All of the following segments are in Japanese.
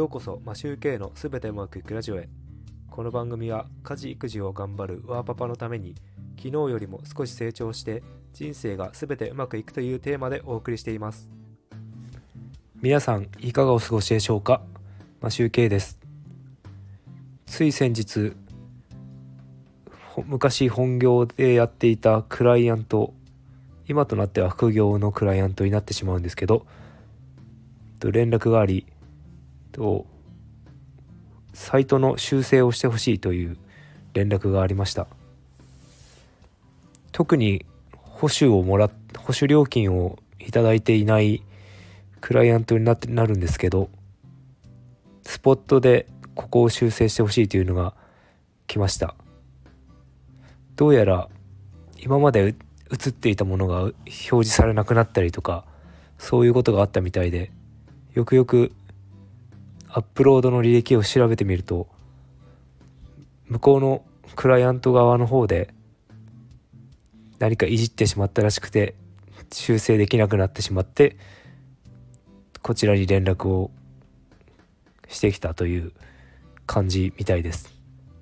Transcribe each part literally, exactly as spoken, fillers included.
ようこそマシューケーのすべてうまくいくラジオへ。この番組は家事育児を頑張るワーパパのために、昨日よりも少し成長して人生がすべてうまくいくというテーマでお送りしています。皆さんいかがお過ごしでしょうか。マシューケーです。つい先日、昔本業でやっていたクライアント、今となっては副業のクライアントになってしまうんですけど、連絡があり、サイトの修正をしてほしいという連絡がありました。特に保守をもらっ保守料金をいただいていないクライアントになってなるんですけど、スポットでここを修正してほしいというのが来ました。どうやら今まで映っていたものが表示されなくなったりとか、そういうことがあったみたいで、よくよくアップロードの履歴を調べてみると、向こうのクライアント側の方で何かいじってしまったらしくて、修正できなくなってしまって、こちらに連絡をしてきたという感じみたいです。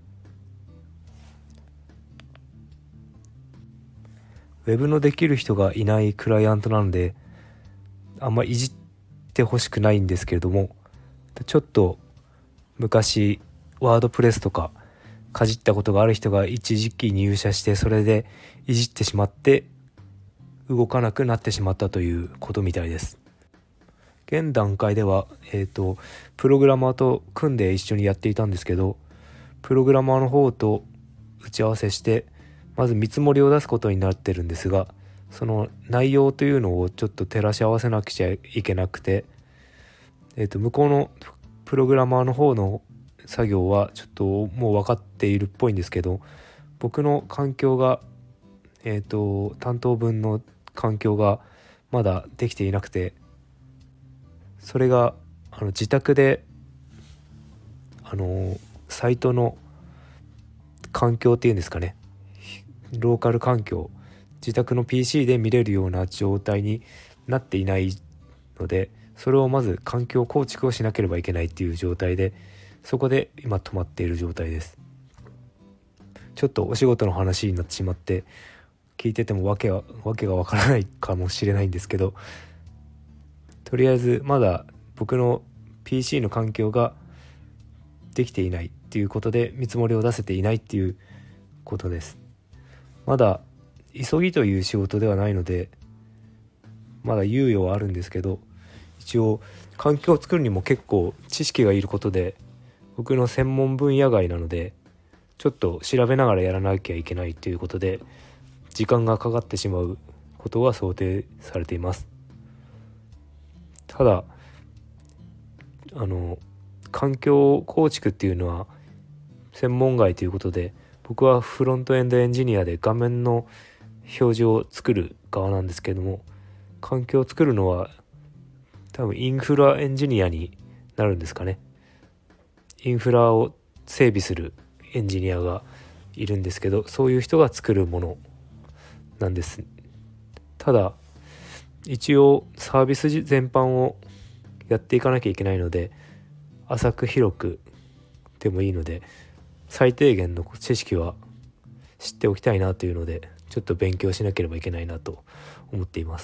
ウェブのできる人がいないクライアントなので、あんまいじってほしくないんですけれども、ちょっと昔ワードプレスとかかじったことがある人が一時期入社して、それでいじってしまって動かなくなってしまったということみたいです。現段階では、えーと、プログラマーと組んで一緒にやっていたんですけど、プログラマーの方と打ち合わせして、まず見積もりを出すことになってるんですが、その内容というのをちょっと照らし合わせなくちゃいけなくて、えーと、向こうのプログラマーの方の作業はちょっともう分かっているっぽいんですけど、僕の環境が、えーと、担当分の環境がまだできていなくて、それがあの自宅であのサイトの環境っていうんですかね、ローカル環境、自宅の ピーシー で見れるような状態になっていないので、それをまず環境構築をしなければいけないっていう状態で、そこで今止まっている状態です。ちょっとお仕事の話になってしまって、聞いててもわけはわけがわからないかもしれないんですけど、とりあえずまだ僕の ピーシー の環境ができていないっていうことで、見積もりを出せていないっていうことです。まだ急ぎという仕事ではないので、まだ猶予はあるんですけど、一応環境を作るにも結構知識がいることで、僕の専門分野外なので、ちょっと調べながらやらなきゃいけないということで、時間がかかってしまうことが想定されています。ただあの環境構築っていうのは専門外ということで、僕はフロントエンドエンジニアで画面の表示を作る側なんですけども、環境を作るのは多分インフラエンジニアになるんですかね。インフラを整備するエンジニアがいるんですけど、そういう人が作るものなんです。ただ一応サービス全般をやっていかなきゃいけないので、浅く広くでもいいので、最低限の知識は知っておきたいなというので、ちょっと勉強しなければいけないなと思っています。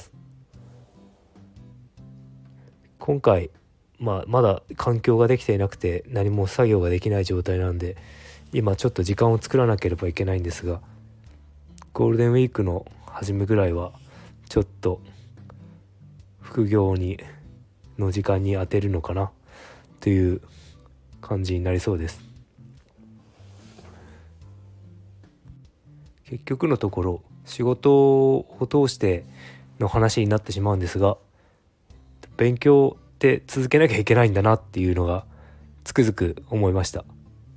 今回、まあ、まだ環境ができていなくて何も作業ができない状態なんで、今ちょっと時間を作らなければいけないんですが、ゴールデンウィークの初めぐらいはちょっと副業にの時間に当てるのかなという感じになりそうです。結局のところ仕事を通しての話になってしまうんですが、勉強って続けなきゃいけないんだなっていうのがつくづく思いました。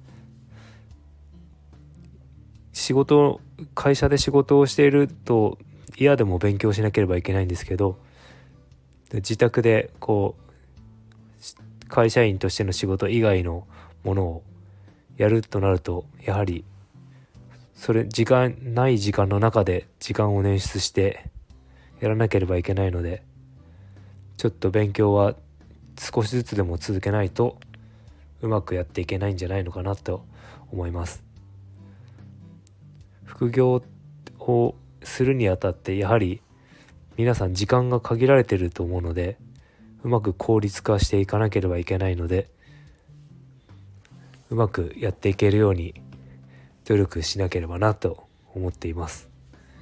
仕事会社で仕事をしていると嫌でも勉強しなければいけないんですけど、自宅でこう会社員としての仕事以外のものをやるとなると、やはりそれ時間ない時間の中で時間を捻出してやらなければいけないので、ちょっと勉強は少しずつでも続けないとうまくやっていけないんじゃないのかなと思います。副業をするにあたってやはり皆さん時間が限られていると思うので、うまく効率化していかなければいけないので、うまくやっていけるように努力しなければなと思っています。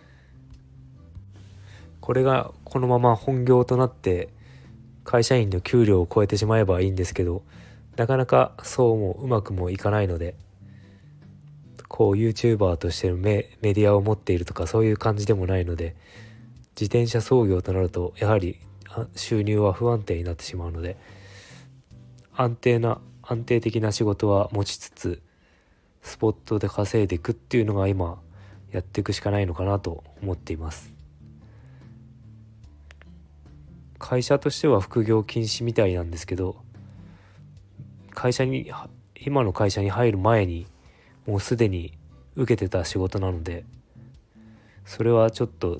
これがこのまま本業となって会社員の給料を超えてしまえばいいんですけど、なかなかそうもうまくもいかないので、こう YouTuber としての メ, メディアを持っているとかそういう感じでもないので、自転車操業となるとやはり収入は不安定になってしまうので、安定な安定的な仕事は持ちつつスポットで稼いでいくっていうのが今やっていくしかないのかなと思っています。会社としては副業禁止みたいなんですけど、会社に今の会社に入る前にもうすでに受けてた仕事なので、それはちょっと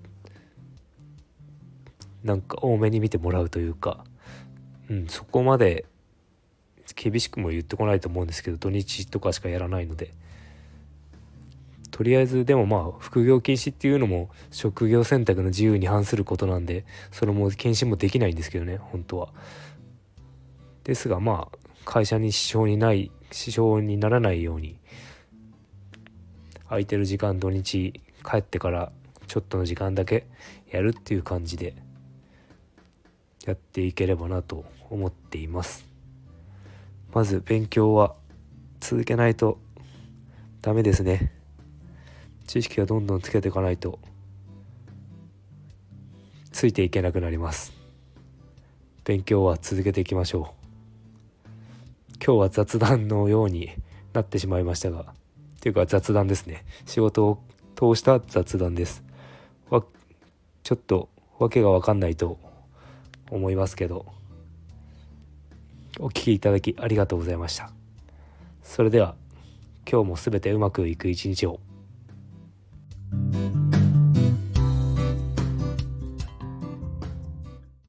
なんか多めに見てもらうというか、うん、そこまで厳しくも言ってこないと思うんですけど、土日とかしかやらないので、とりあえずでもまあ副業禁止っていうのも職業選択の自由に反することなんで、それも禁止もできないんですけどね、本当は。ですがまあ会社に支障にない支障にならないように、空いてる時間土日帰ってからちょっとの時間だけやるっていう感じでやっていければなと思っています。まず勉強は続けないとダメですね。知識はどんどんつけていかないとついていけなくなります。勉強は続けていきましょう。今日は雑談のようになってしまいましたが、っていうか雑談ですね。仕事を通した雑談です。わちょっとわけが分かんないと思いますけど、お聞きいただきありがとうございました。それでは今日もすべてうまくいく一日を。